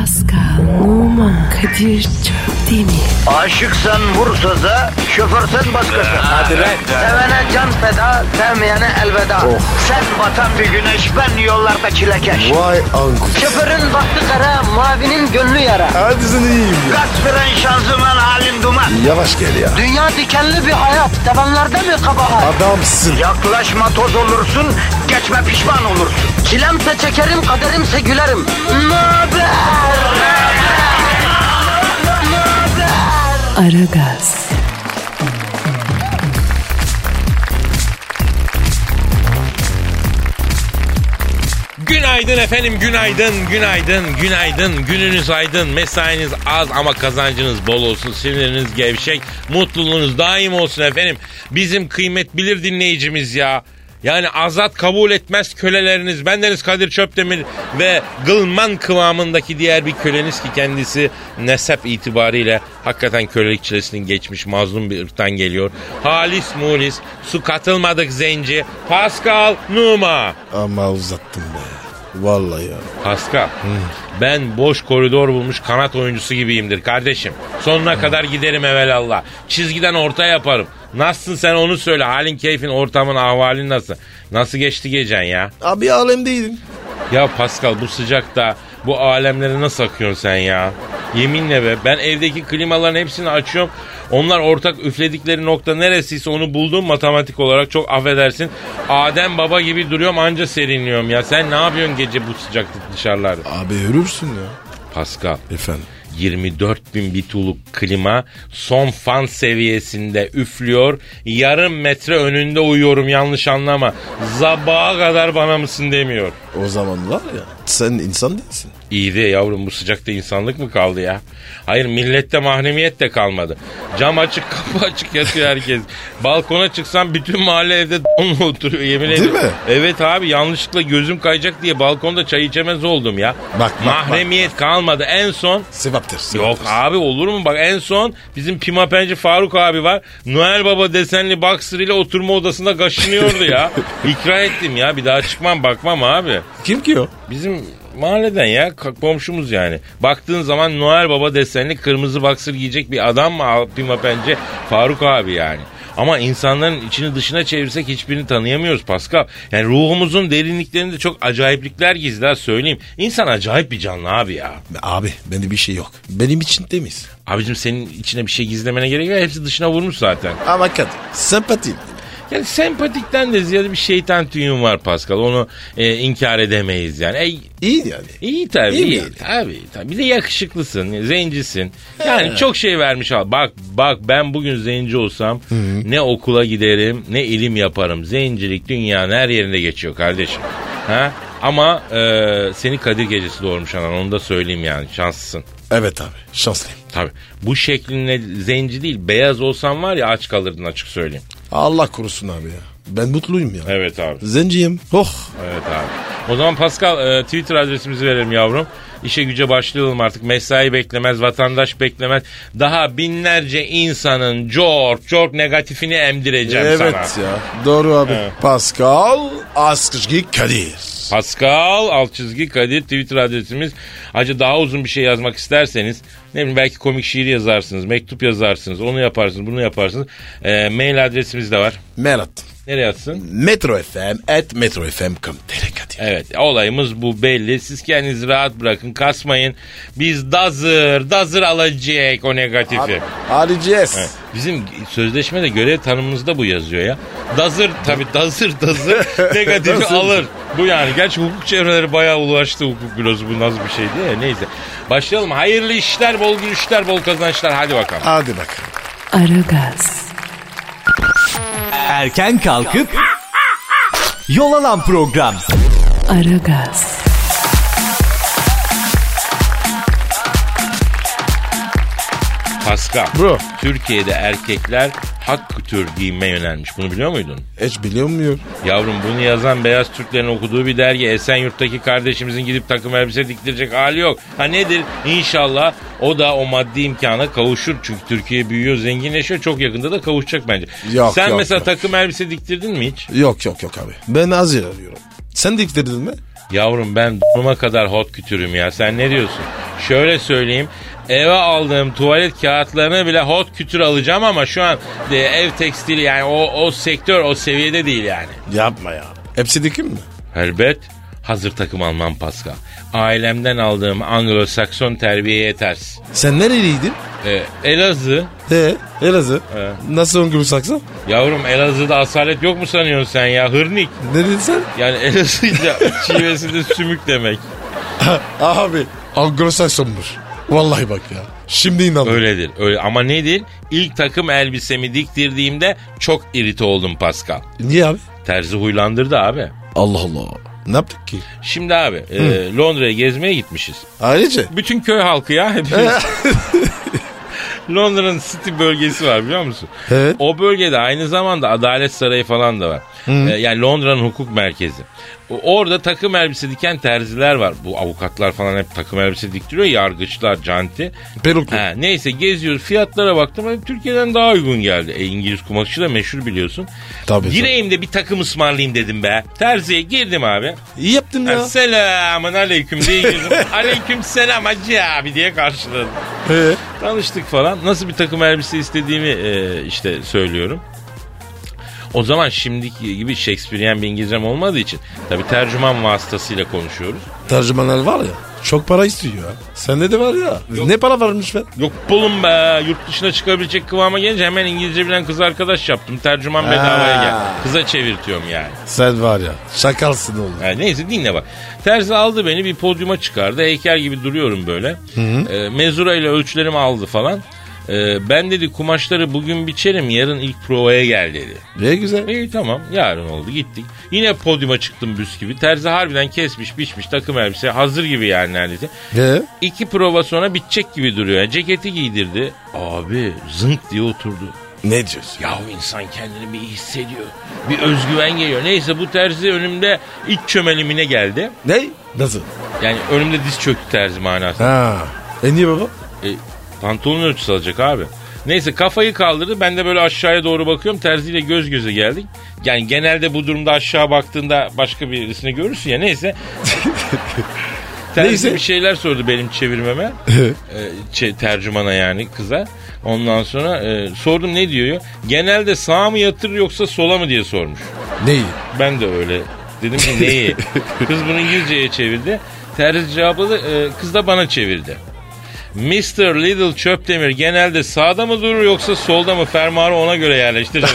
Pascal, Oman, Kadir çok değil mi? Aşıksan vursa da, şoförsen başkasın. Hadi lan. Sevene can feda, sevmeyene elveda. Sen batan bir güneş, ben yollarda çilekeş. Vay anku. Şoförün baktı kara, mavinin gönlü yara. Hadi sen iyiyim ya. Kasperen şanzıman halin duman. Yavaş gel ya. Dünya dikenli bir hayat, sevenlerde mi kabahar? Adamsın. Yaklaşma toz olursun, geçme pişman olursun. Çilemse çekerim, kaderimse gülerim. Möber! Aragaz. Günaydın efendim, günaydın. Gününüz aydın, mesainiz az ama kazancınız bol olsun. Siniriniz gevşek, mutluluğunuz daim olsun efendim. Bizim kıymet bilir dinleyicimiz ya. Yani azat kabul etmez köleleriniz. Bendeniz Kadir Çöpdemir ve Gılman kıvamındaki diğer bir köleniz ki kendisi nesep itibariyle hakikaten kölelik çilesinin geçmiş mazlum bir ırktan geliyor. Halis mulis, su katılmadık zenci, Pascal Numa. Ama uzattım be. Vallahi ya. Pascal, ben boş koridor bulmuş kanat oyuncusu gibiyimdir kardeşim. Sonuna kadar giderim evelallah. Çizgiden orta yaparım. Nasılsın sen onu söyle. Halin, keyfin, ortamın, ahvalin nasıl? Nasıl geçti gecen ya? Abi alemdeydin. Ya Pascal bu sıcakta bu alemlere nasıl akıyorsun sen ya? Yeminle be, ben evdeki klimaların hepsini açıyorum. Onlar ortak üfledikleri nokta neresiyse onu buldum matematik olarak, çok affedersin. Adem Baba gibi duruyorum, anca serinliyorum ya. Sen ne yapıyorsun gece bu sıcaklık dışarılarda? Abi ölürsün ya. Pascal. Efendim. 24 bin bituluk klima son fan seviyesinde üflüyor. Yarım metre önünde uyuyorum, yanlış anlama. Sabaha kadar bana mısın demiyor. O zaman var ya, sen insan değilsin. İyi de yavrum, bu sıcakta insanlık mı kaldı ya? Hayır, millette mahremiyet de kalmadı. Cam açık, kapı açık yatıyor herkes. Balkona çıksam bütün mahalle evde donla oturuyor, yemin ediyorum. Değil mi? Evet abi, yanlışlıkla gözüm kayacak diye balkonda çay içemez oldum ya. Bak, mahremiyet kalmadı. En son... Sevaptır. Yok abi, olur mu? Bak en son bizim pimapenci Faruk abi var. Noel Baba desenli boxer ile oturma odasında kaşınıyordu ya. İkra ettim ya, bir daha çıkmam bakmam abi. Kim ki o? Bizim mahalleden ya, komşumuz yani. Baktığın zaman Noel Baba desenli kırmızı boxer giyecek bir adam mı pimapenci Faruk abi yani. Ama insanların içini dışına çevirsek hiçbirini tanıyamıyoruz Pascal. Yani ruhumuzun derinliklerinde çok acayiplikler gizler, söyleyeyim. İnsan acayip bir canlı abi ya. Abi bende bir şey yok. Benim için temiz. Abicim senin içine bir şey gizlemene gerek yok. Hepsi dışına vurmuş zaten. Ama kadın sempati. Yani sempatikten de ziyade bir şeytan tüyün var Pascal. Onu inkar edemeyiz yani. İyi yani. İyi tabii. İyi İyi. yani. Tabii. Bir de yakışıklısın, zencisin. Yani çok şey vermiş al. Bak ben bugün zenci olsam ne okula giderim ne ilim yaparım. Zencilik dünyanın her yerinde geçiyor kardeşim. Ha? Ama seni Kadir Gecesi doğurmuş anan, onu da söyleyeyim yani, şanslısın. Evet abi, şanslıyım. Tabii. Bu şeklinle zenci değil, beyaz olsan var ya aç kalırdın, açık söyleyeyim. Allah korusun abi ya. Ben mutluyum ya. Evet abi. Zenciyim. Oh. Evet abi. O zaman Pascal Twitter adresimizi verelim yavrum. İşe güce başlayalım artık. Mesai beklemez, vatandaş beklemez. Daha binlerce insanın çok negatifini emdireceğim sana. Evet ya. Doğru abi. Evet. Pascal Askışgi Kadir. Pascal _ Kadir Twitter adresimiz. Acı daha uzun bir şey yazmak isterseniz, ne bileyim, belki komik şiir yazarsınız, mektup yazarsınız, onu yaparsınız, bunu yaparsınız. Mail adresimiz de var. Mail attım. Nereye atsın? metrofm@metrofm.com. Evet, olayımız bu belli. Siz kendinizi rahat bırakın, kasmayın. Biz dazır alacak o negatifi. Arayacağız. Evet. Bizim sözleşmede görev tanımımızda bu yazıyor ya. Dazır negatifi alır. Bu yani. Gerçi hukuk çevreleri bayağı ulaştı, hukuk bürosu, bu nasıl bir şey diye. Neyse. Başlayalım. Hayırlı işler, bol gülüşler, bol kazançlar. Hadi bakalım. Hadi bakalım. Aragaz. Erken kalkıp yol alan program. Aragaz. Pascal. Bro. Türkiye'de erkekler hak kültür giyinmeye yönelmiş. Bunu biliyor muydun? Hiç biliyor muyum? Yavrum, bunu yazan beyaz Türklerin okuduğu bir dergi. Esenyurt'taki kardeşimizin gidip takım elbise diktirecek hali yok. Ha nedir? İnşallah o da o maddi imkana kavuşur. Çünkü Türkiye büyüyor, zenginleşiyor. Çok yakında da kavuşacak bence. Yok, Sen yok, mesela yok. takım elbise diktirdin mi hiç? Yok abi. Ben az yer arıyorum. Sen diktirdin mi? Yavrum ben donuma kadar hot kültürüm ya. Sen ne diyorsun? Şöyle söyleyeyim. Eve aldığım tuvalet kağıtlarını bile hot kütür alacağım ama şu an ev tekstili yani o sektör o seviyede değil yani. Yapma ya. Hepsi dikim mi? Elbet hazır takım almam Pascal. Ailemden aldığım Anglo-Sakson terbiyeye ters. Sen nereliydin? Elazığ. Elazığ. Nasıl ongulu saksı? Yavrum Elazığ'da asalet yok mu sanıyorsun sen ya hırnik? Ne dedin sen? Yani Elazığ'da şivesinde sümük demek. Abi Anglo-Saksonmuş. Vallahi bak ya. Şimdi inandım. Öyledir. Öyle. Ama nedir? İlk takım elbisemi diktirdiğimde çok irite oldum Pascal. Niye abi? Terzi huylandırdı abi. Allah Allah. Ne yaptık ki? Şimdi abi Londra'ya gezmeye gitmişiz. Ayrıca. Bütün köy halkı ya hepimiz. Londra'nın City bölgesi var biliyor musun? Evet. O bölgede aynı zamanda Adalet Sarayı falan da var. Yani Londra'nın hukuk merkezi. Orada takım elbise diken terziler var. Bu avukatlar falan hep takım elbise diktiriyor. Yargıçlar, canti. Peruklu. Neyse geziyoruz. Fiyatlara baktım. Türkiye'den daha uygun geldi. İngiliz kumaşçı da meşhur biliyorsun. Tabii. Gireyim de bir takım ısmarlayayım dedim be. Terziye girdim abi. İyi yaptın ya. Selamun aleyküm diye girdim. Aleyküm selam hacı abi diye karşıladım. Tanıştık falan. Nasıl bir takım elbise istediğimi işte söylüyorum. O zaman şimdiki gibi Shakespearean bir İngilizcem olmadığı için tabii tercüman vasıtasıyla konuşuyoruz. Tercümanlar var ya çok para istiyor ya. Sende de var ya. Yok. Ne para varmış be? Yok bulun be. Yurt dışına çıkabilecek kıvama gelince hemen İngilizce bilen kız arkadaş yaptım. Tercüman bedavaya gel. Kıza çevirtiyorum yani. Sen var ya şakalsın oğlum. Yani neyse dinle bak. Terzi aldı beni bir podyuma çıkardı. Heykel gibi duruyorum böyle. Mezura ile ölçülerimi aldı falan. Ben dedi kumaşları bugün biçerim yarın ilk provaya gel dedi. Ne güzel. İyi tamam yarın oldu gittik. Yine podyuma çıktım büs gibi. Terzi harbiden kesmiş biçmiş takım elbise hazır gibi yani neredeyse. 2 prova sonra bitecek gibi duruyor. Yani ceketi giydirdi. Abi zınk diye oturdu. Ne diyorsun? Ya insan kendini bir iyi hissediyor. Bir özgüven geliyor. Neyse bu terzi önümde iç çömelimine geldi. Ne? Nasıl? Yani önümde diz çöktü terzi manası. Niye baba? Pantolon ölçüsü alacak abi. Neyse kafayı kaldırdı. Ben de böyle aşağıya doğru bakıyorum. Terziyle göz göze geldik. Yani genelde bu durumda aşağı baktığında başka birisini görürsün ya. Neyse. Terzi bir şeyler sordu benim çevirmeme. Tercümana yani kıza. Ondan sonra sordum ne diyor? Genelde sağa mı yatırır yoksa sola mı diye sormuş. Neyi? Ben de öyle. Dedim ki neyi? Kız bunu İngilizceye çevirdi. Terzi cevabı kız da bana çevirdi. Mr. Little Çöpdemir genelde sağda mı durur yoksa solda mı fermuarı ona göre yerleştirir.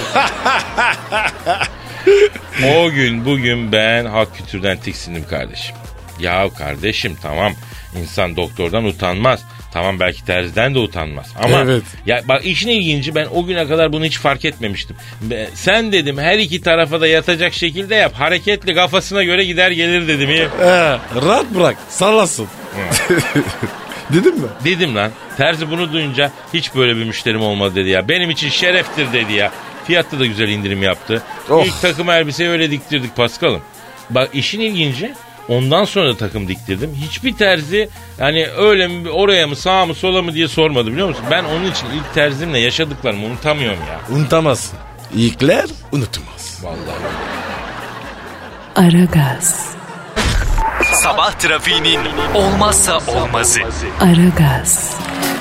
O gün bugün ben halk kültürden tiksindim kardeşim. Ya kardeşim tamam insan doktordan utanmaz. Tamam belki terziden de utanmaz. Ama evet. Ya bak işin ilginci ben o güne kadar bunu hiç fark etmemiştim. Sen dedim her iki tarafa da yatacak şekilde yap. Hareketli kafasına göre gider gelir dedim. Rahat bırak sallasın. Dedin mi? Dedim lan. Terzi bunu duyunca hiç böyle bir müşterim olmadı dedi ya. Benim için şereftir dedi ya. Fiyatta da güzel indirim yaptı. İlk takım elbiseyi öyle diktirdik Paskal'ım. Bak işin ilginci ondan sonra da takım diktirdim. Hiçbir terzi yani öyle mi oraya mı sağa mı sola mı diye sormadı biliyor musun? Ben onun için ilk terzimle yaşadıklarımı unutamıyorum ya. Unutamazsın. İlkler unutulmaz. Vallahi. Aragaz. Sabah trafiğinin olmazsa olmazı. Aragaz.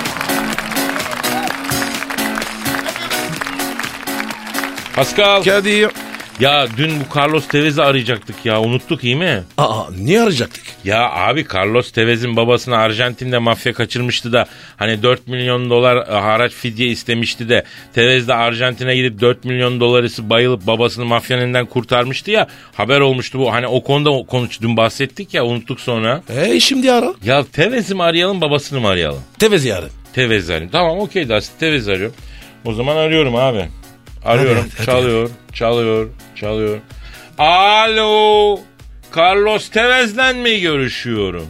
Pascal. Kadir. Ya dün bu Carlos Tevez'i arayacaktık ya unuttuk iyi mi? Niye arayacaktık? Ya abi Carlos Tevez'in babasını Arjantin'de mafya kaçırmıştı da hani 4 milyon dolar haraç fidye istemişti de Tevez de Arjantin'e gidip 4 milyon dolarısı bayılıp babasını mafyanın elinden kurtarmıştı ya haber olmuştu bu hani o konuda dün bahsettik ya unuttuk sonra. Şimdi ara. Ya Tevez'i mi arayalım babasını mı arayalım? Tevez yarın. Tevez'i arayayım tamam okey de Tevez'i arıyorum. O zaman arıyorum abi. Arıyorum hadi. Çalıyor. Alo. Carlos Tevez'den mi görüşüyorum?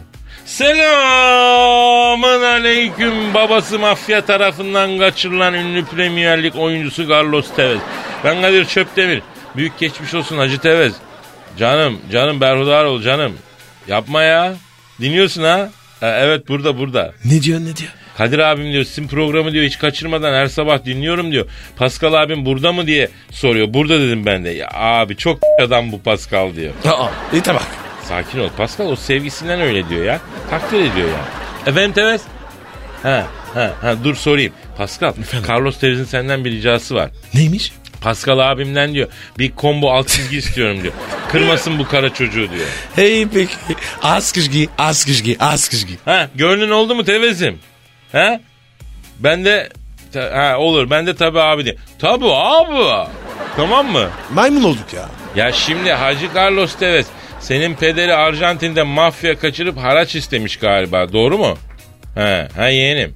Selamın aleyküm babası mafya tarafından kaçırılan ünlü Premier Lig oyuncusu Carlos Tevez. Ben Kadir Çöpdemir. Büyük geçmiş olsun Hacı Tevez. Canım berhudar ol canım. Yapma ya. Dinliyorsun ha? Evet burada. Ne diyor? Kadir abim diyor sizin programı diyor hiç kaçırmadan her sabah dinliyorum diyor. Pascal abim burada mı diye soruyor. Burada dedim ben de. Ya abi çok adam bu Pascal diyor. İyi tamam. Sakin ol Pascal o sevgisinden öyle diyor ya. Takdir ediyor ya. Efendim Tevez? Ha, dur sorayım. Pascal, Carlos Tevez'in senden bir ricası var. Neymiş? Pascal abimden diyor bir combo alt çizgi istiyorum diyor. Kırmasın bu kara çocuğu diyor. Hey peki. Az kışgi. Ha, gönlün oldu mu Tevez'im? Ha? Ben de olur. Ben de tabii abi diye. Tabii abi. Tamam mı? Maymun olduk ya. Ya şimdi Hacı Carlos Tevez senin pederi Arjantin'de mafya kaçırıp haraç istemiş galiba. Doğru mu? Ha yeğenim.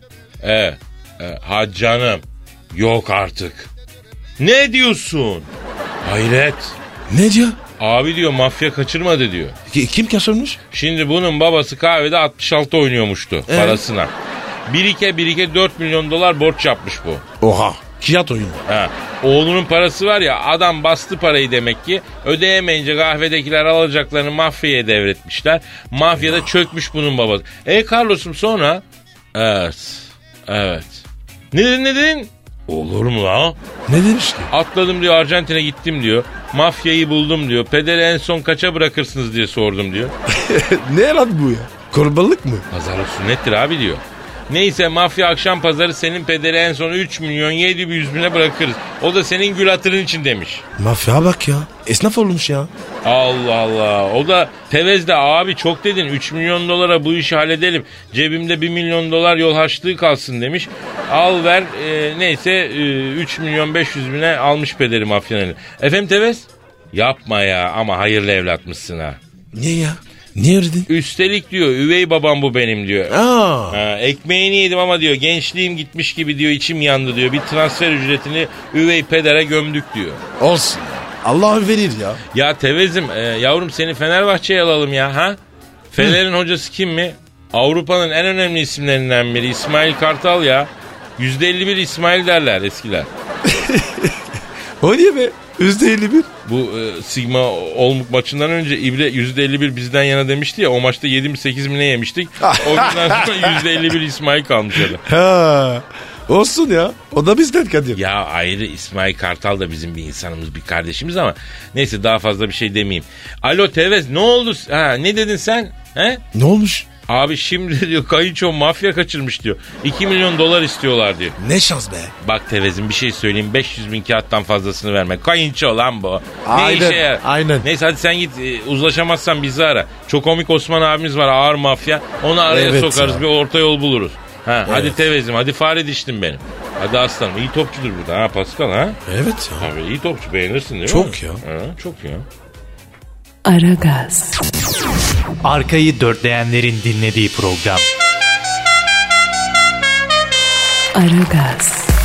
Ha canım. Yok artık. Ne diyorsun? Hayret. Ne diyor? Abi diyor mafya kaçırmadı diyor. Kim kaçırmış? Şimdi bunun babası kahvede 66 oynuyormuştu parasına. Birike 4 milyon dolar borç yapmış bu. Oha. Kiyat oyunu. Oğlunun parası var ya adam bastı parayı demek ki. Ödeyemeyince kahvedekiler alacaklarını mafyaya devretmişler. Mafyada çökmüş bunun babası. Carlos'um sonra? Evet. Ne dedin? Olur mu la? Ne demiş ki? Atladım diyor Arjantin'e gittim diyor. Mafyayı buldum diyor. Pederi en son kaça bırakırsınız diye sordum diyor. Ne lan bu ya? Kurbanlık mı? Pazarlık sünnettir abi diyor. Neyse mafya akşam pazarı senin pederi en son 3 milyon 700 bine bırakırız. O da senin gül hatırın için demiş. Mafya bak ya. Esnaf olmuş ya. Allah Allah. O da Tevez'de abi çok dedin 3 milyon dolara bu işi halledelim. Cebimde 1 milyon dolar yol harçlığı kalsın demiş. Al ver neyse 3 milyon 500 bine almış pederi mafyanın. Efendim Tevez? Yapma ya ama hayırlı evlatmışsın ha. Niye ya? Niye öyle dedin? Üstelik diyor üvey babam bu benim diyor. Ekmeğini yedim ama diyor gençliğim gitmiş gibi diyor içim yandı diyor. Bir transfer ücretini üvey pedere gömdük diyor. Olsun ya. Allah verir ya. Ya Tevez'im yavrum seni Fenerbahçe'ye alalım ya ha? Fener'in hocası kim mi? Avrupa'nın en önemli isimlerinden biri İsmail Kartal ya. %51 İsmail derler eskiler. O niye be? %51. Bu Sigma Olmuk maçından önce İbre %51 bizden yana demişti ya. O maçta 7 mi 8 mi ne yemiştik. O günden sonra %51 İsmail kalmış adam. Ha. Olsun ya. O da bizden Kadir. Ya ayrı İsmail Kartal da bizim bir insanımız, bir kardeşimiz ama neyse daha fazla bir şey demeyeyim. Alo Tevez ne oldu? Ne dedin sen? He? Ne olmuş? Abi şimdi diyor kayınço mafya kaçırmış diyor. 2 milyon dolar istiyorlar diyor. Ne şans be. Bak Tevez'im bir şey söyleyeyim 500 bin kağıttan fazlasını verme. Kayınço lan bu. Aynen, Ne işe yarar? aynen. Neyse hadi sen git uzlaşamazsan bizi ara. Çok komik Osman abimiz var ağır mafya. Onu araya Evet sokarız ya. bir orta yol buluruz. Evet. Hadi Tevez'im hadi fare diştim benim. Hadi aslanım iyi topçudur burada ha Pascal ha. Evet ya. Abi iyi topçu beğenirsin değil mi? Çok ya. Çok ya. Aragaz, Arkayı dörtleyenlerin dinlediği program. Aragaz,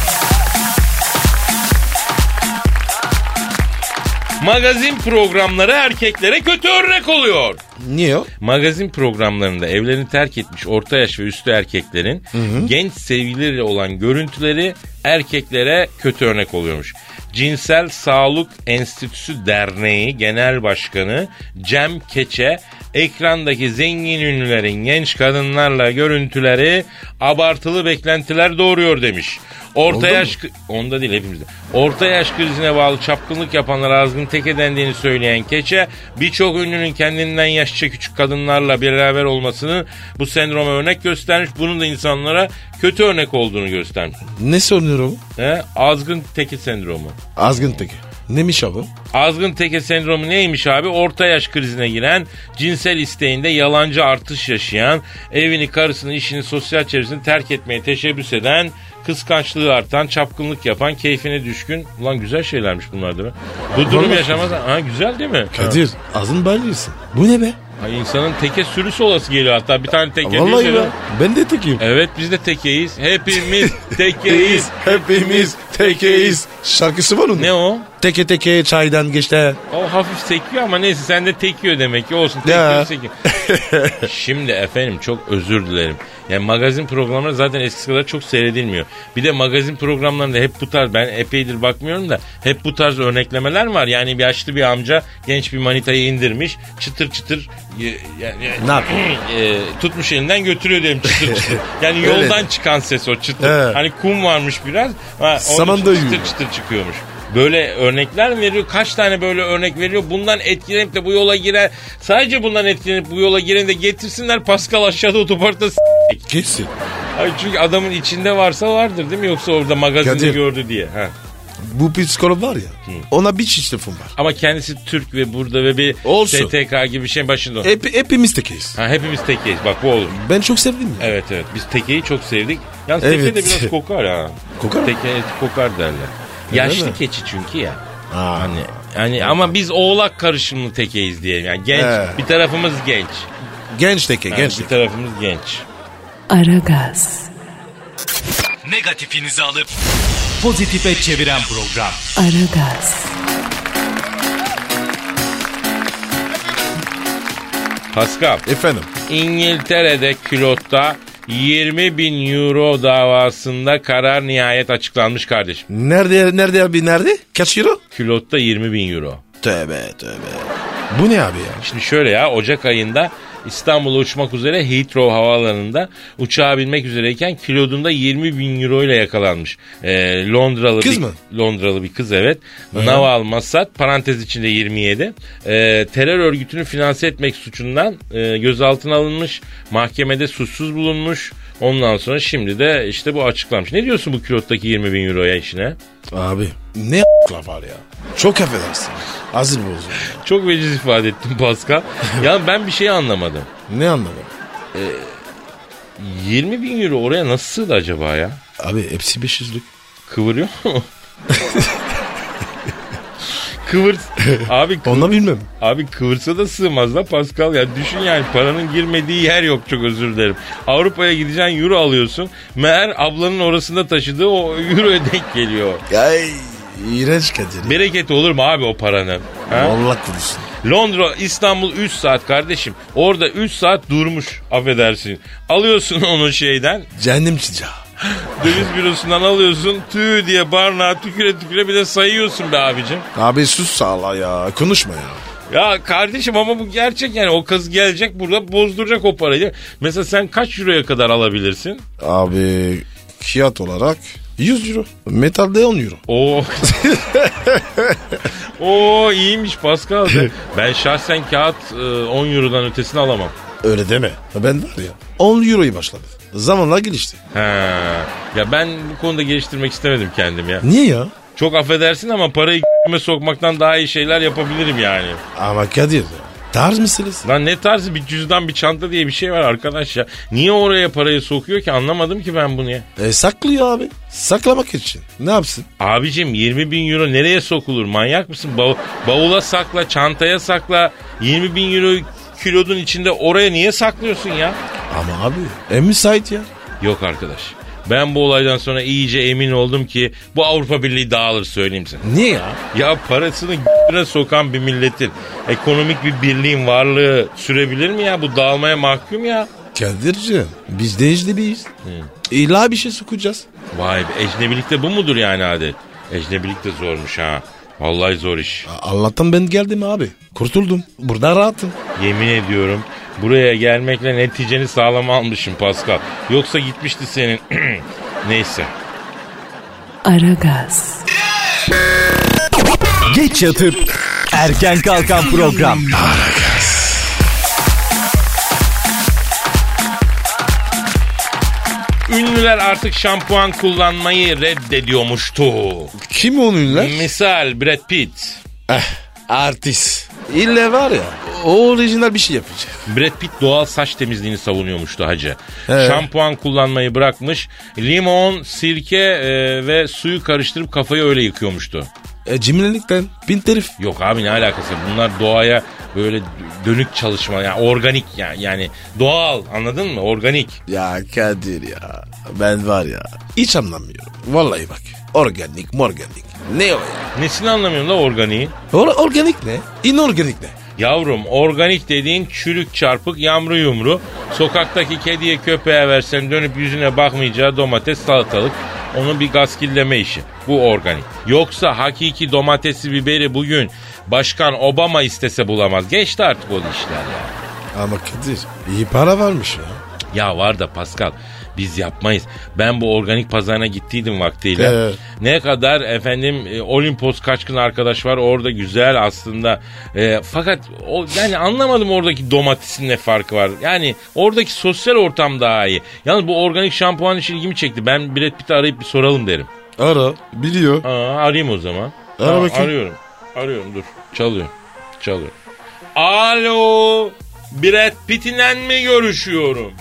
Magazin programları erkeklere kötü örnek oluyor. Niye o? Magazin programlarında evlerini terk etmiş orta yaş ve üstü erkeklerin genç sevgilileriyle olan görüntüleri erkeklere kötü örnek oluyormuş. Cinsel Sağlık Enstitüsü Derneği Genel Başkanı Cem Keçe ekrandaki zengin ünlülerin genç kadınlarla görüntüleri abartılı beklentiler doğuruyor demiş. Onda değil hepimizde. Orta yaş krizine bağlı çapkınlık yapanlara azgın teke dendiğini söyleyen Keçe birçok ünlünün kendinden yaşça küçük kadınlarla beraber olmasının bu sendroma örnek göstermiş. Bunun da insanlara kötü örnek olduğunu göstermiş. Ne soruyor o? Azgın teke sendromu. Azgın teki. Neymiş abi? Azgın teke sendromu neymiş abi? Orta yaş krizine giren, cinsel isteğinde yalancı artış yaşayan, evini, karısını, işini, sosyal çevresini terk etmeye teşebbüs eden, kıskançlığı artan, çapkınlık yapan, keyfine düşkün. Ulan güzel şeylermiş bunlar değil mi? Bu durum yaşamaz. Güzel değil mi? Kadir ağzın bağlıyorsun. Bu ne be? Ay insanın teke sürüsü olası geliyor hatta bir tane teke. Vallahi diyorsa- ya. Ben de tekiyim. Evet biz de tekeyiz. Hepimiz tekeyiz. Hepimiz tekeyiz. Şarkısı var onun. Ne o? Teke teke çaydan geçti. O hafif sekiyor ama neyse sen de tekiyor demek ki olsun. Ya. Tekiyor sekiyor. Şimdi efendim çok özür dilerim. Yani magazin programları zaten eskisi kadar çok seyredilmiyor. Bir de magazin programlarında hep bu tarz, ben epeydir bakmıyorum da hep bu tarz örneklemeler var. Yani bir yaşlı bir amca genç bir manitayı indirmiş çıtır çıtır Ne yapıyor? tutmuş elinden götürüyor diyelim çıtır çıtır. Yani Öyle. yoldan çıkan ses o çıtır. Evet. Hani kum varmış biraz. Onun Saman için da çıtır yiyor. çıtır çıkıyormuş. Böyle örnekler mi veriyor? Kaç tane böyle örnek veriyor? Bundan etkilenip de bu yola girer. Sadece bundan etkilenip bu yola giren de getirsinler Pascal aşağıda otoparkta Kesin. Ay çünkü adamın içinde varsa vardır değil mi? Yoksa orada magazinde Kadir. gördü diye. Ha. Bu psikolog var ya. Ona bir çift lafım var. Ama kendisi Türk ve burada ve bir Olsun. STK gibi bir şeyin başında. Hepimiz tekeyiz. Ha, hepimiz tekeyiz. Bak bu olur. Ben çok sevdim ya. Evet. Biz tekeyi çok sevdik. Yalnız Evet. teke de biraz kokar ha. Kokar mı? Teke eti kokar derler. Öyle Yaşlı mi? keçi çünkü ya. Aa. Hani ama biz oğlak karışımlı tekeyiz diyelim. Yani genç. Bir tarafımız genç. Genç teke, Yani genç bir teke. tarafımız genç. Aragaz, Negatifinizi alıp pozitife çeviren program. Aragaz, Pascal. Efendim. İngiltere'de külotta 20 bin euro davasında karar nihayet açıklanmış kardeşim. Nerede? Kaç euro? Külotta 20 bin euro. Tövbe. Bu ne abi ya? Şimdi şöyle ya, Ocak ayında İstanbul'a uçmak üzere Heathrow havaalanında uçağa binmek üzereyken kilodunda 20 bin euro ile yakalanmış. Londralı Kız bir, mı? Londralı bir kız, evet. Naval Mossad parantez içinde 27. Terör örgütünü finanse etmek suçundan gözaltına alınmış. Mahkemede suçsuz bulunmuş. Ondan sonra şimdi de işte bu açıklanmış. Ne diyorsun bu kilottaki 20 bin euroya işine? Abi ne a**lar var ya. Çok affedersin. Hazır bozuldu. Çok veciz ifade ettin Pascal. Ya ben bir şey anlamadım. Ne anlamadım? 20 bin euro oraya nasıl sığdı acaba ya? Abi hepsi 500'lük. Kıvırıyor mu? Kıvır. Onu bilmem. Abi kıvırsa da sığmaz da Pascal ya. Düşün yani, paranın girmediği yer yok, çok özür dilerim. Avrupa'ya gideceksin, euro alıyorsun. Meğer ablanın orasında taşıdığı o euroya denk geliyor. Ay iğrenç Kadir. Bereket olur mu abi o paranın? Ha? Allah korusun. Londra, İstanbul 3 saat kardeşim. Orada 3 saat durmuş, affedersin. Alıyorsun onu şeyden. Cehennem çıkacağı. Döviz bürosundan alıyorsun. Tüh diye barnağa tüküre bir de sayıyorsun be abicim. Abi sus sağla ya. Konuşma ya. Ya kardeşim ama bu gerçek yani. O kız gelecek burada bozduracak o parayı. Mesela sen kaç euroya kadar alabilirsin? Abi fiyat olarak 100 euro. Metalde 10 euro. Oo. Oo iyiymiş Pascal. Ben şahsen kağıt 10 eurodan ötesini alamam. Öyle deme. Ben var ya 10 euroyu başladı. Zamanla gelişti. Ha. Ya ben bu konuda geliştirmek istemedim kendim ya. Niye ya? Çok affedersin ama parayı g***me sokmaktan daha iyi şeyler yapabilirim yani. Ama Kadir tarz meselesi. Lan ne tarzı, bir cüzdan bir çanta diye bir şey var arkadaş ya. Niye oraya parayı sokuyor ki, anlamadım ki ben bunu ya. Saklıyor abi. Saklamak için. Ne yapsın? Abicim 20 bin euro nereye sokulur, manyak mısın? Bavula sakla, çantaya sakla. 20 bin euro kilodun içinde oraya niye saklıyorsun ya? Ama abi müsait ya. Yok arkadaş. Ben bu olaydan sonra iyice emin oldum ki bu Avrupa Birliği dağılır, söyleyeyim sana. Niye ya? Ya parasını g***ne sokan bir milletin ekonomik bir birliğin varlığı sürebilir mi ya? Bu dağılmaya mahkum ya. Kadir'ciğim biz de ecnebiyiz. İlla bir şey sokacağız. Vay be, ecnebilikte bu mudur yani adet? Ecnebilik de zormuş ha. Vallahi zor iş. Allah'tan ben geldim abi. Kurtuldum. Burada rahatım. Yemin ediyorum buraya gelmekle neticeni sağlam almışım Pascal. Yoksa gitmişti senin. Neyse. Aragaz, Geç yatıp erken kalkan program. Ünlüler artık şampuan kullanmayı reddediyormuştu. Kim o ünlüler? Misal Brad Pitt. Artist. İlle var ya o orijinal bir şey yapacak. Brad Pitt doğal saç temizliğini savunuyormuştu hacı. Evet. Şampuan kullanmayı bırakmış. Limon, sirke ve suyu karıştırıp kafayı öyle yıkıyormuştu. Cimrilikten bin terif. Yok abi, ne alakası? Bunlar doğaya böyle dönük çalışma, yani organik yani doğal, anladın mı? Organik. Ya Kadir ya ben var ya hiç anlamıyorum. Vallahi bak organik morganik ne o ya? Nesini anlamıyorsun la organiğin? Organik ne? İnorganik ne? Yavrum, organik dediğin çürük çarpık yamru yumru. Sokaktaki kediye köpeğe versen dönüp yüzüne bakmayacağı domates, salatalık. Onun bir gaskilleme işi. Bu organik. Yoksa hakiki domatesi biberi bugün Başkan Obama istese bulamaz. Geçti artık o işler ya. Ama Kadir iyi para varmış ya. Ya var da Pascal, biz yapmayız. Ben bu organik pazarına gittiydim vaktiyle. Evet. Ne kadar efendim Olimpos kaçkın arkadaş var orada, güzel aslında. Fakat yani anlamadım oradaki domatesin ne farkı var. Yani oradaki sosyal ortam daha iyi. Yalnız bu organik şampuan işi ilgimi çekti. Ben Brad Pitt'i arayıp bir soralım derim. Ara. Biliyor. Arayayım o zaman. Ara bakayım. Arıyorum dur. Çalıyor. Alo. Brad Pitt'le mi görüşüyorum?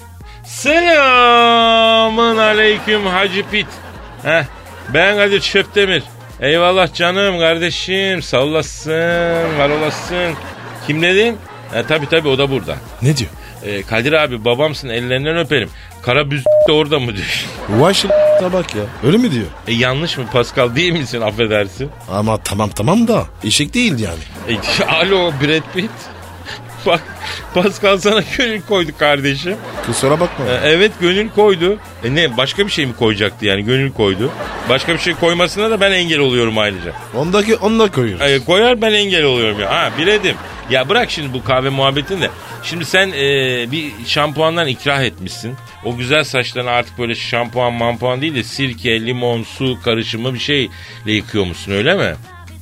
Selamın aleyküm Hacı Pitt. Ben Kadir Çöptemir. Eyvallah canım kardeşim. Sağ olasın, var olasın. Kim dedin? Tabii o da burada. Ne diyor? Kadir abi babamsın, ellerinden öperim. Kara büz de orada mı diyor. Vay bak ya. Öyle mi diyor? Yanlış mı Pascal, değil misin, affedersin? Ama tamam da eşek değil yani. Alo Brad Pitt. Bak Pascal sana gönül koydu kardeşim. Kusura bakma. Evet gönül koydu. Ne başka bir şey mi koyacaktı yani, gönül koydu. Başka bir şey koymasına da ben engel oluyorum ayrıca. Onda koyuyoruz. Koyar ben engel oluyorum ya. Biledim. Ya bırak şimdi bu kahve muhabbetini de. Şimdi sen bir şampuandan ikrah etmişsin. O güzel saçlarını artık böyle şampuan değil de sirke, limon, su karışımı bir şeyle yıkıyormuşsun, öyle mi?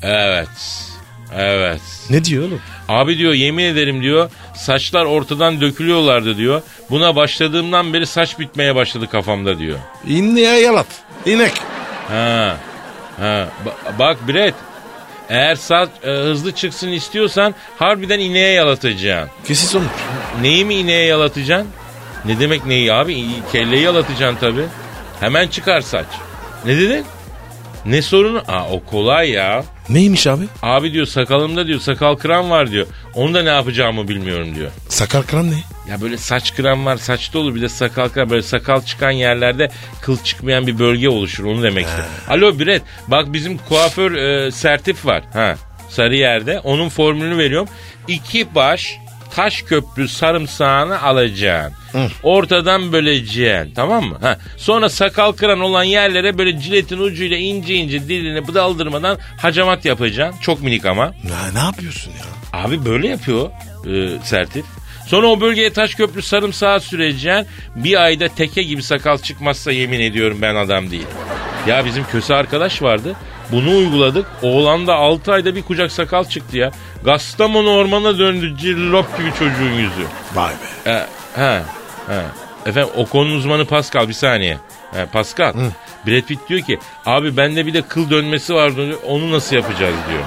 Evet. Ne diyor oğlum? Abi diyor, yemin ederim diyor, saçlar ortadan dökülüyorlardı diyor. Buna başladığımdan beri saç bitmeye başladı kafamda diyor. İnneğe yalat. İnek. Bak Brett, eğer saç hızlı çıksın istiyorsan harbiden ineğe yalatacaksın. Kesin sonuç. Neyi mi ineğe yalatacaksın? Ne demek neyi abi? Kelleyi yalatacaksın tabii. Hemen çıkar saç. Ne dedin? Ne sorunu? O kolay ya. Neymiş abi? Abi diyor, sakalımda diyor sakal kıran var diyor. Onu da ne yapacağımı bilmiyorum diyor. Sakal kıran ne? Ya böyle saç kıran var, saçta olur, bir de sakal kıran. Böyle sakal çıkan yerlerde kıl çıkmayan bir bölge oluşur, onu demek istiyorum. Alo Brett, bak bizim kuaför Sertif var. Sarıyer'de, onun formülünü veriyorum. 2 baş Taşköprü sarımsağını alacaksın. Ortadan böleceksin, tamam mı? Sonra sakal kıran olan yerlere böyle jiletin ucuyla ince dilini daldırmadan hacamat yapacaksın. Çok minik ama. Ne yapıyorsun ya? Abi böyle yapıyor Sertif. Sonra o bölgeye Taşköprü sarımsağı süreceksin. Bir ayda teke gibi sakal çıkmazsa yemin ediyorum ben adam değilim. Ya bizim köse arkadaş vardı. Bunu uyguladık. Oğlan da 6 ayda bir kucak sakal çıktı ya. Kastamonu ormana döndü, cillop gibi çocuğun yüzü. Vay be. Efendim o konunun uzmanı Pascal, bir saniye. Pascal. Brad Pitt diyor ki abi bende bir de kıl dönmesi var diyor. Onu nasıl yapacağız diyor.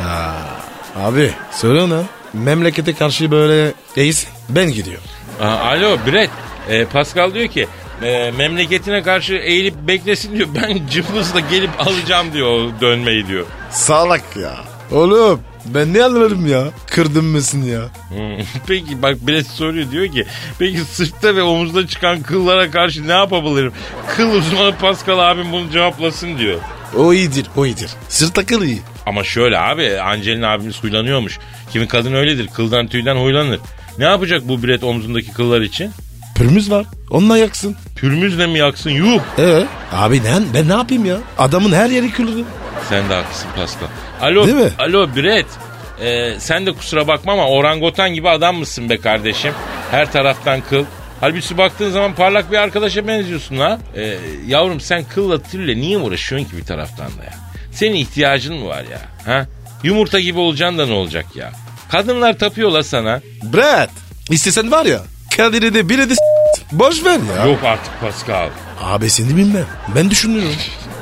Abi söyle ona. Memlekete karşı böyle reis ben gidiyorum. Alo Brad. Pascal diyor ki memleketine karşı eğilip beklesin diyor. Ben cımbızla gelip alacağım diyor o dönmeyi diyor. Salak ya. Oğlum ben ne anladım ya? Kırdın mısın ya? Peki bak Brad soruyor, diyor ki peki sırtta ve omuzda çıkan kıllara karşı ne yapabilirim? Kıl uzmanı Pascal abim bunu cevaplasın diyor. O iyidir. Sırta kıl iyi. Ama şöyle abi, Angelina abimiz huylanıyormuş. Kimi kadın öyledir, kıldan tüyden huylanır. Ne yapacak bu Brad omzundaki kıllar için? Pürmüz var. Onunla yaksın. Pürmüzle mi yaksın? Yuh. Abi ben ne yapayım ya? Adamın her yeri kıllı. Sen de haklısın Pascal. Alo. Değil mi? Alo Brett. Sen de kusura bakma ama orangutan gibi adam mısın be kardeşim? Her taraftan kıl. Halbuki baktığın zaman parlak bir arkadaşa benziyorsun ha. Yavrum sen kılla tülle niye uğraşıyorsun ki bir taraftan da ya? Senin ihtiyacın mı var ya? Yumurta gibi olacaksın da ne olacak ya? Kadınlar tapıyorlar sana. Brad, istesen var ya, Kadir'i de biri de boş ver ya. Yok artık Pascal. Abi seni bilmem. Ben düşünüyorum.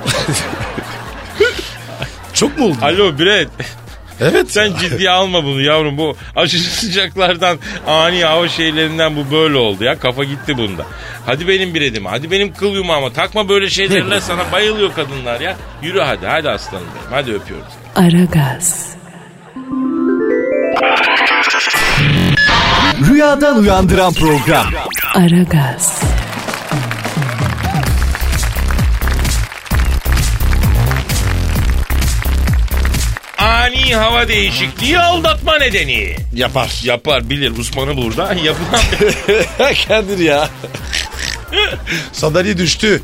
Çok mu oldu? Alo Brad. Evet. Sen ciddiye alma bunu yavrum. Bu aşırı sıcaklardan, ani hava şeylerinden bu böyle oldu ya. Kafa gitti bunda. Hadi benim Brad'im. Hadi benim kıl yumağıma. Takma böyle şeylerle, sana bayılıyor kadınlar ya. Yürü hadi. Hadi aslanım benim. Hadi öpüyoruz. Aragaz. Rüyadan uyandıran program. Aragaz. Ani hava değişikliği aldatma nedeni. Yapar bilir uzmanı burada. Yapılan Kadir ya. Sandalye düştü.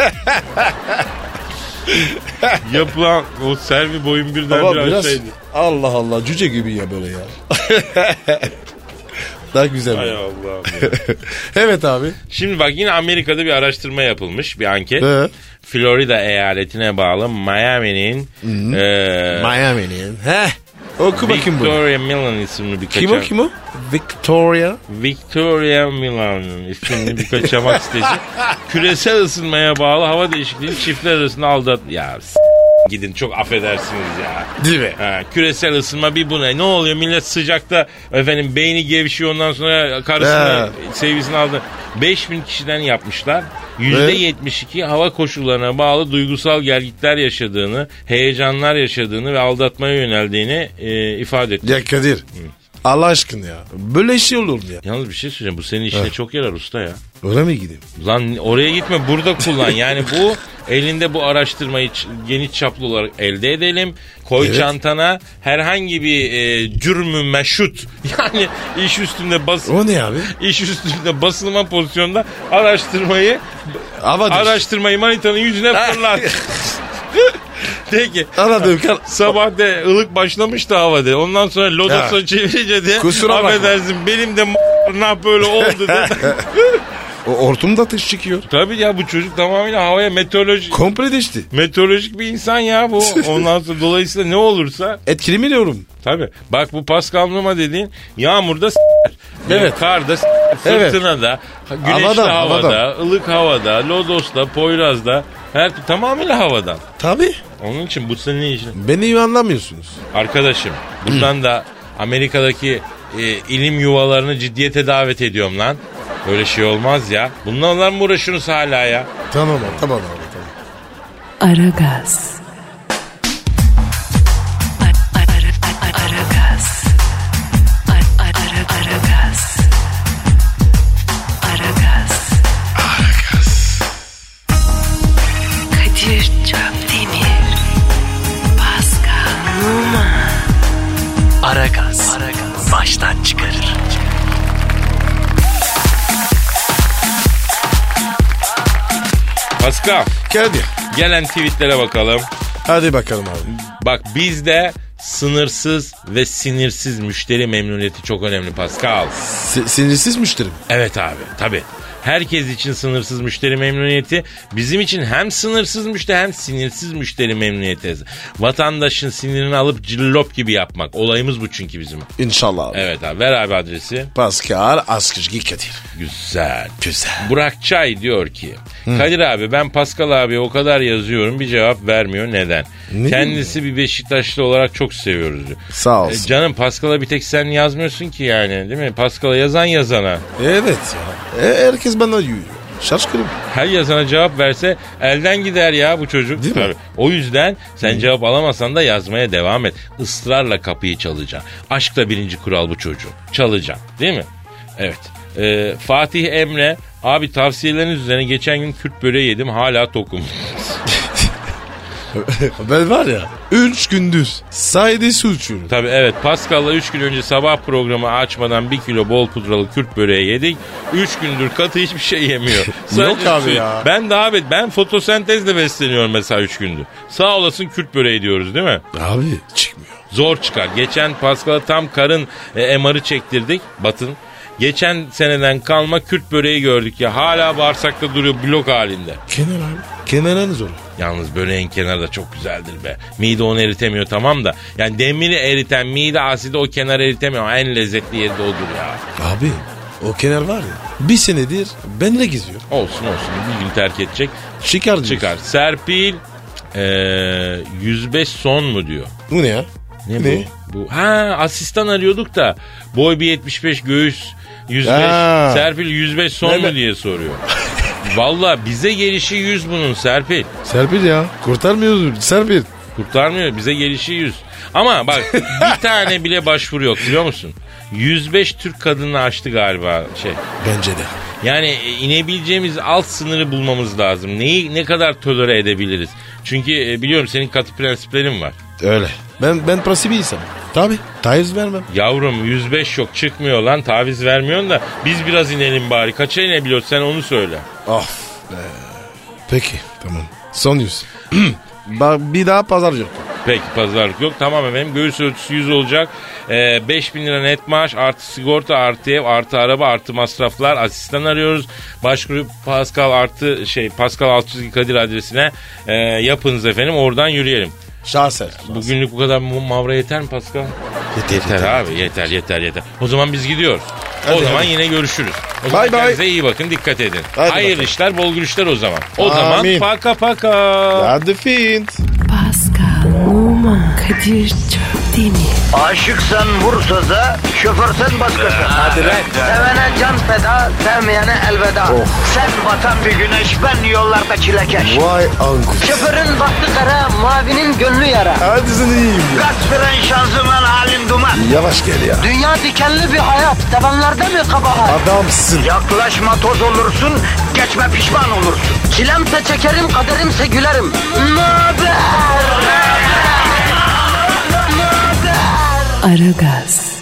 yapılan o Selvi boyun birden Ama biraz şeydi. Allah Allah cüce gibi ya böyle ya. Daha güzel. Hay Allah'ım ya. Evet abi. Şimdi bak yine Amerika'da bir araştırma yapılmış, bir anket. Evet. Florida eyaletine bağlı Miami'nin Miami'nin. Heh. Oku bakayım bunu. Victoria Millan isimli bir Kim o kim o? Victoria. Victoria Millan isimli bir kaçamak sitesi küresel ısınmaya bağlı hava değişikliğini çiftler arasında ya gidin, çok affedersiniz ya. Değil mi? Ha, küresel ısınma bir bu ne? Ne oluyor? Millet sıcakta efendim beyni gevşiyor, ondan sonra karısını sevgisini aldı. 5000 kişiden yapmışlar. %72 hava koşullarına bağlı duygusal gelgitler yaşadığını, heyecanlar yaşadığını ve aldatmaya yöneldiğini ifade etti. Ya Kadir. Allah aşkına ya. Böyle şey olur mu ya? Yalnız bir şey söyleyeceğim. Bu senin işine çok yarar usta ya. Oraya mı gideyim? Lan oraya gitme, burada kullan. Yani bu elinde bu araştırmayı geniş çaplı olarak elde edelim. Koy çantana, herhangi bir cürmü meşhut. Yani iş üstünde O ne abi? İş üstünde basılma pozisyonda araştırmayı manitanın yüzüne fırlat. Peki. Anladım. Sabah de ılık başlamıştı hava de. Ondan sonra lodosa çevirince de affedersin benim de böyle oldu de. O ortamda ateş çıkıyor. Tabii ya, bu çocuk tamamıyla havaya komple değişti. Meteorolojik bir insan ya bu. Ondan sonra dolayısıyla ne olursa. Etkili mi diyorum? Tabii. Bak bu Pascal Numa dediğin yağmurda evet. Karda fırtınada, güneşli havada, ılık havada, lodosta, poyrazda, tamamıyla havadan. Tabii. Onun için bu senin işin. Beni iyi anlamıyorsunuz. Arkadaşım buradan da Amerika'daki ilim yuvalarını ciddiyete davet ediyorum lan. Öyle şey olmaz ya. Bunlarla mı uğraşıyorsunuz hala ya? Tamam abi, tamam. Aragaz. Kadir Çöpdemir, Pascal Numa. Aragaz. Baştan çıkarır. Pascal, Kadir. gelen tweetlere bakalım. Hadi bakalım abi. Bak bizde sınırsız ve sinirsiz müşteri memnuniyeti çok önemli Pascal. Sinirsiz müşterim. Evet abi, tabii. Herkes için sınırsız müşteri memnuniyeti, bizim için hem sınırsız müşteri hem sinirsiz müşteri memnuniyeti. Vatandaşın sinirini alıp cillop gibi yapmak. Olayımız bu çünkü bizim. İnşallah abi. Evet abi, ver abi adresi. Pascal Askışgi Kadir. Güzel. Güzel. Burak Çay diyor ki Kadir abi, ben Pascal abiye o kadar yazıyorum, bir cevap vermiyor. Neden? Kendisi bir Beşiktaşlı olarak çok seviyoruz diyor. Sağ olsun. Canım, Pascal'a bir tek sen yazmıyorsun ki yani, değil mi? Pascal'a yazan yazana. Evet ya. Herkes bana yürüyor. Şaşkınım. Her yazana cevap verse elden gider ya bu çocuk. Değil mi? O yüzden sen cevap alamasan da yazmaya devam et. Israrla kapıyı çalacaksın. Aşk da birinci kural bu çocuğu. Çalacaksın, değil mi? Evet. Fatih Emre, abi tavsiyeleriniz üzerine geçen gün Kürt böreği yedim, hala tokum. Ben var ya 3 gündüz sahide su içiyorum. Tabii evet, Pascal'la 3 gün önce sabah programı açmadan 1 kilo bol pudralı Kürt böreği yedik. 3 gündür katı hiçbir şey yemiyor. Yok abi ya. Ben fotosentezle besleniyorum mesela 3 gündür. Sağ olasın Kürt böreği diyoruz, değil mi? Abi çıkmıyor. Zor çıkar. Geçen Pascal'a tam karın MR'ı çektirdik Batın. Geçen seneden kalma Kürt böreği gördük ya. Hala bağırsakta duruyor blok halinde. Kenar abi. Kenarın zoru. Yalnız böreğin kenarı da çok güzeldir be. Mide onu eritemiyor, tamam da. Yani demiri eriten mide asidi o kenarı eritemiyor. En lezzetli yeri de odur ya. Abi o kenar var ya bir senedir benimle geziyor. Olsun. Bir gün terk edecek. Çıkar. Serpil 105 son mu diyor. Bu ne ya? Ne? Bu? Asistan arıyorduk da boy 1.75 göğüs 105. Serpil 105 son mu diye soruyor. Valla bize gelişi 100 bunun Serpil. Serpil ya kurtarmıyoruz Serpil. Kurtarmıyor, bize gelişi 100. Ama bak bir tane bile başvuru yok, biliyor musun? 105 Türk kadını aştı galiba şey. Bence de. Yani inebileceğimiz alt sınırı bulmamız lazım. Ne kadar tolere edebiliriz? Çünkü biliyorum senin katı prensiplerin var. Öyle. Ben prensibiyim. Tabii. Taviz vermem. Yavrum 105 yok, çıkmıyor lan, taviz vermiyorsun da biz biraz inelim bari. Kaça inebiliyoruz sen onu söyle. Of be. Peki tamam. Son 100. Bir daha pazar yok. Peki pazarlık yok. Tamam efendim. Göğüs ölçüsü 100 olacak. 5.000 lira net maaş artı sigorta artı ev artı araba artı masraflar. Asistan arıyoruz. Başvuru Pascal Altçizgi Kadir adresine yapınız efendim. Oradan yürüyelim. Şahsen. Bugünlük bu kadar mavra yeter mi Pascal? Yeter abi yeter. O zaman biz gidiyoruz. Hadi, o zaman hadi. yine görüşürüz. O zaman Bye bye. kendinize iyi bakın, dikkat edin. Hadi Hayırlı bakalım. işler, bol gülüşler o zaman. O Amin. zaman paka. Hadi fint. Pascal, Oman, Kadir çok değil mi? Aşıksan vursa da, şoförsen başkasın. Hadi lan. Sevene can feda, sevmeyene elveda. Sen batan bir güneş, ben yollarda çilekeş. Vay anku. Şoförün baktı kara, mavinin gönlü yara. Hadi sen iyiyim ya. Kasperen şanzıman halin duman. Yavaş gel ya. Dünya dikenli bir hayat, sevenlerde mi kabahar? Adamsın. Yaklaşma toz olursun, geçme pişman olursun. Çilemse çekerim, kaderimse gülerim. Möber! Aragaz.